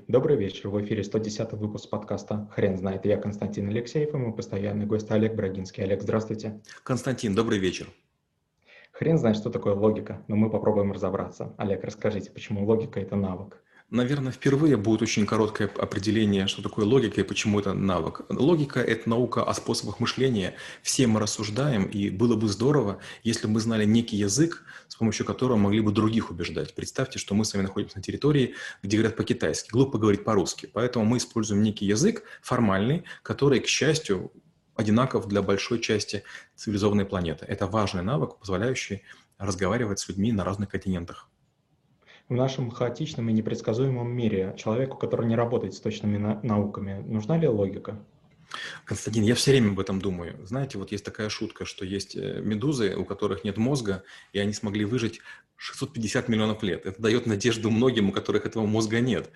Добрый вечер. В эфире 110 выпуск подкаста «Хрен знает». Я Константин Алексеев и мой постоянный гость Олег Брагинский. Олег, здравствуйте. Константин, добрый вечер. Хрен знает, что такое логика, но мы попробуем разобраться. Олег, расскажите, почему логика– это навык? Наверное, впервые будет очень короткое определение, что такое логика и почему это навык. Логика – это наука о способах мышления. Все мы рассуждаем, и было бы здорово, если бы мы знали некий язык, с помощью которого могли бы других убеждать. Представьте, что мы с вами находимся на территории, где говорят по-китайски. Глупо говорить по-русски. Поэтому мы используем некий язык формальный, который, к счастью, одинаков для большой части цивилизованной планеты. Это важный навык, позволяющий разговаривать с людьми на разных континентах. В нашем хаотичном и непредсказуемом мире человеку, который не работает с точными науками, нужна ли логика? Константин, я все время об этом думаю. Знаете, вот есть такая шутка, что есть медузы, у которых нет мозга, и они смогли выжить 650 миллионов лет. Это дает надежду многим, у которых этого мозга нет.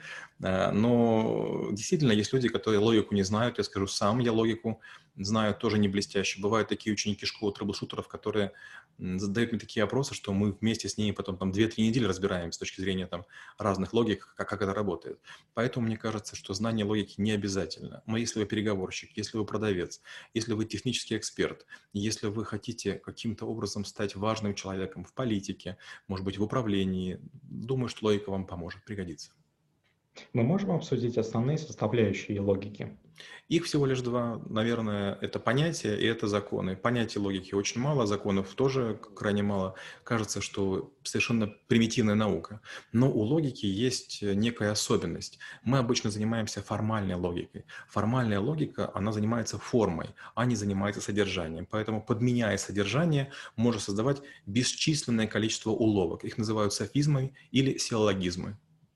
Но действительно есть люди, которые логику не знают. Я скажу, сам я логику знаю тоже не блестяще. Бывают такие ученики школы трэблшутеров, которые задают мне такие вопросы, что мы вместе с ними потом 2-3 недели разбираем с точки зрения разных логик, как это работает. Поэтому мне кажется, что знание логики не обязательно. Но если вы переговорщик, если вы продавец, если вы технический эксперт, если вы хотите каким-то образом стать важным человеком в политике, может быть, в управлении, думаю, что логика вам поможет, пригодится. Мы можем обсудить основные составляющие логики? Их всего лишь два, наверное, это понятия и это законы. Понятий логики очень мало, законов тоже крайне мало. Кажется, что совершенно примитивная наука. Но у логики есть некая особенность. Мы обычно занимаемся формальной логикой. Формальная логика, она занимается формой, а не занимается содержанием. Поэтому, подменяя содержание, можно создавать бесчисленное количество уловок. Их называют софизмы или силлогизмы.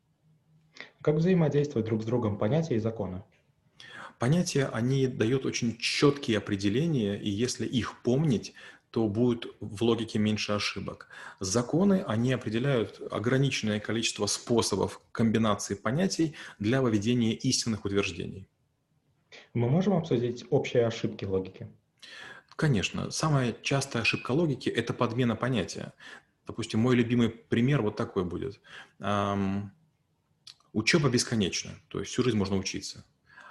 Как взаимодействуют друг с другом понятия и законы? Понятия, они дают очень четкие определения, и если их помнить, то будет в логике меньше ошибок. Законы, они определяют ограниченное количество способов комбинации понятий для выведения истинных утверждений. Мы можем обсудить общие ошибки логики? Конечно, самая частая ошибка логики – это подмена понятия. Допустим, мой любимый пример вот такой будет. Учеба бесконечна, то есть всю жизнь можно учиться.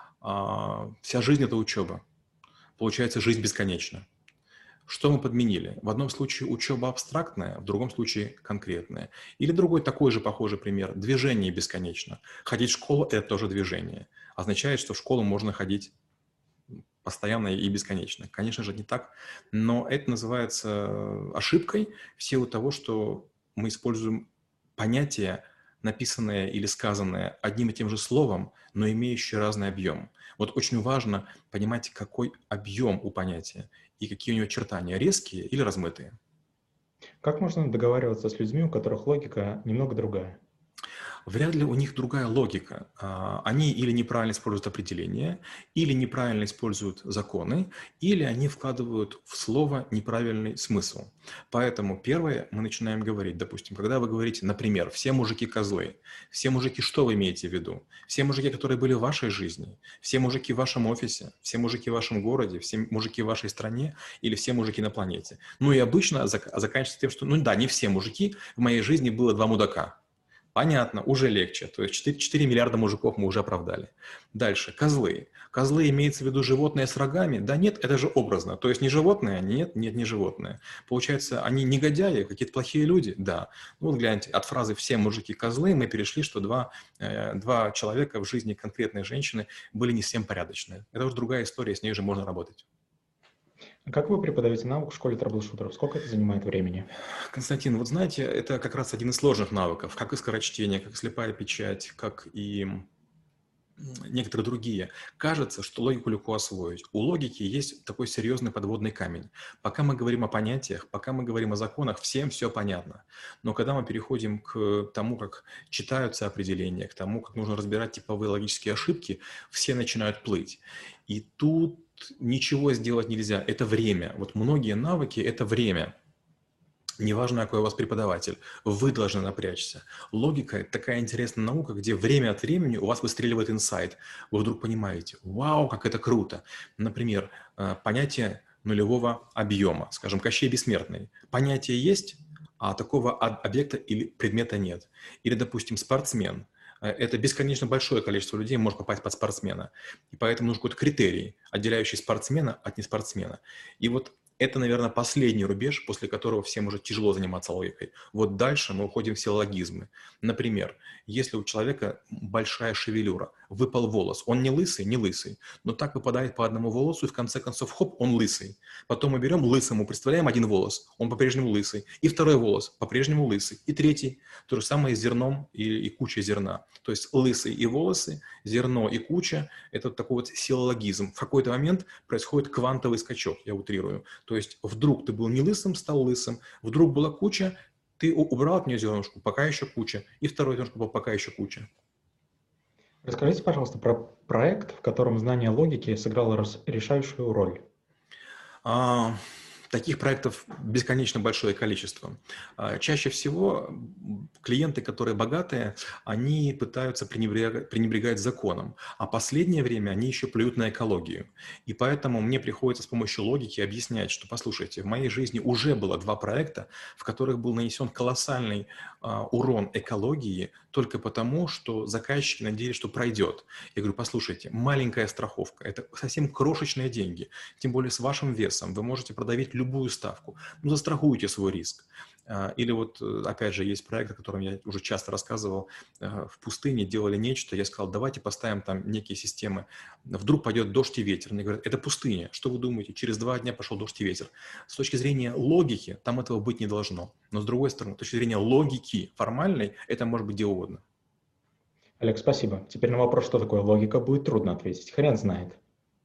Вся жизнь – это учеба. Получается, жизнь бесконечна. Что мы подменили? В одном случае учеба абстрактная, в другом случае конкретная. Или другой такой же похожий пример. Движение бесконечно. Ходить в школу – это тоже движение. Означает, что в школу можно ходить постоянно и бесконечно. Конечно же, не так, но это называется ошибкой в силу того, что мы используем понятие, написанное или сказанное одним и тем же словом, но имеющее разный объем. Вот очень важно понимать, какой объем у понятия и какие у него очертания, резкие или размытые. Как можно договариваться с людьми, у которых логика немного другая? Вряд ли у них другая логика. Они или неправильно используют определения, или неправильно используют законы, или они вкладывают в слово неправильный смысл. Поэтому первое, мы начинаем говорить, допустим, когда вы говорите, например, «все мужики козлы», все мужики, что вы имеете в виду? Все мужики, которые были в вашей жизни, все мужики в вашем офисе, все мужики в вашем городе, все мужики в вашей стране или все мужики на планете. Ну и обычно заканчивается тем, что, ну да, не все мужики, в моей жизни было 2 мудака. Понятно, уже легче. То есть 4 миллиарда мужиков мы уже оправдали. Дальше. Козлы. Козлы имеется в виду животные с рогами? Да нет, это же образно. То есть не животные? Нет, нет, не животные. Получается, они негодяи, какие-то плохие люди? Да. Ну вот гляньте, от фразы «все мужики козлы» мы перешли, что два человека в жизни конкретной женщины были не всем порядочные. Это уже другая история, с ней уже можно работать. Как вы преподаете науку в школе трэблшутеров? Сколько это занимает времени? Константин, вот знаете, это как раз один из сложных навыков, как и скорочтение, как и слепая печать, как и некоторые другие. Кажется, что логику легко освоить. У логики есть такой серьезный подводный камень. Пока мы говорим о понятиях, пока мы говорим о законах, всем все понятно. Но когда мы переходим к тому, как читаются определения, к тому, как нужно разбирать типовые логические ошибки, все начинают плыть. И тут ничего сделать нельзя. Это время. Вот многие навыки – это время. Неважно, какой у вас преподаватель, вы должны напрячься. Логика – это такая интересная наука, где время от времени у вас выстреливает инсайт. Вы вдруг понимаете, вау, как это круто. Например, понятие нулевого объема, скажем, Кощей Бессмертный. Понятие есть, а такого объекта или предмета нет. Или, допустим, спортсмен. Это бесконечно большое количество людей может попасть под спортсмена. И поэтому нужен какой-то критерий, отделяющий спортсмена от неспортсмена. И вот это, наверное, последний рубеж, после которого всем уже тяжело заниматься логикой. Вот дальше мы уходим в силлогизмы. Например, если у человека большая шевелюра, выпал волос, он не лысый, не лысый, но так выпадает по одному волосу, и в конце концов, хоп, он лысый. Потом мы берем лысому, представляем один волос, он по-прежнему лысый, и второй волос по-прежнему лысый, и третий. То же самое с зерном и кучей зерна. То есть лысый и волосы, зерно и куча – это такой вот силлогизм. В какой-то момент происходит квантовый скачок, я утрирую. То есть вдруг ты был не лысым, стал лысым, вдруг была куча, ты убрал от нее зернышку, пока еще куча, и второй зернышко был пока еще куча. Расскажите, пожалуйста, про проект, в котором знание логики сыграло решающую роль. Таких проектов бесконечно большое количество. Чаще всего клиенты, которые богатые, они пытаются пренебрегать законом, а последнее время они еще плюют на экологию. И поэтому мне приходится с помощью логики объяснять, что, послушайте, в моей жизни уже было 2 проекта, в которых был нанесен колоссальный урон экологии только потому, что заказчики надеялись, что пройдет. Я говорю, послушайте, маленькая страховка, это совсем крошечные деньги, тем более с вашим весом, вы можете продавить любую ставку, ну застрахуйте свой риск. Или вот, опять же, есть проект, о котором я уже часто рассказывал, в пустыне делали нечто, я сказал, давайте поставим там некие системы, вдруг пойдет дождь и ветер. Мне говорят, это пустыня, что вы думаете, через 2 дня пошел дождь и ветер. С точки зрения логики, там этого быть не должно, но с другой стороны, с точки зрения логики формальной, это может быть где угодно. Олег, спасибо. Теперь на вопрос, что такое логика, будет трудно ответить. Хрен знает.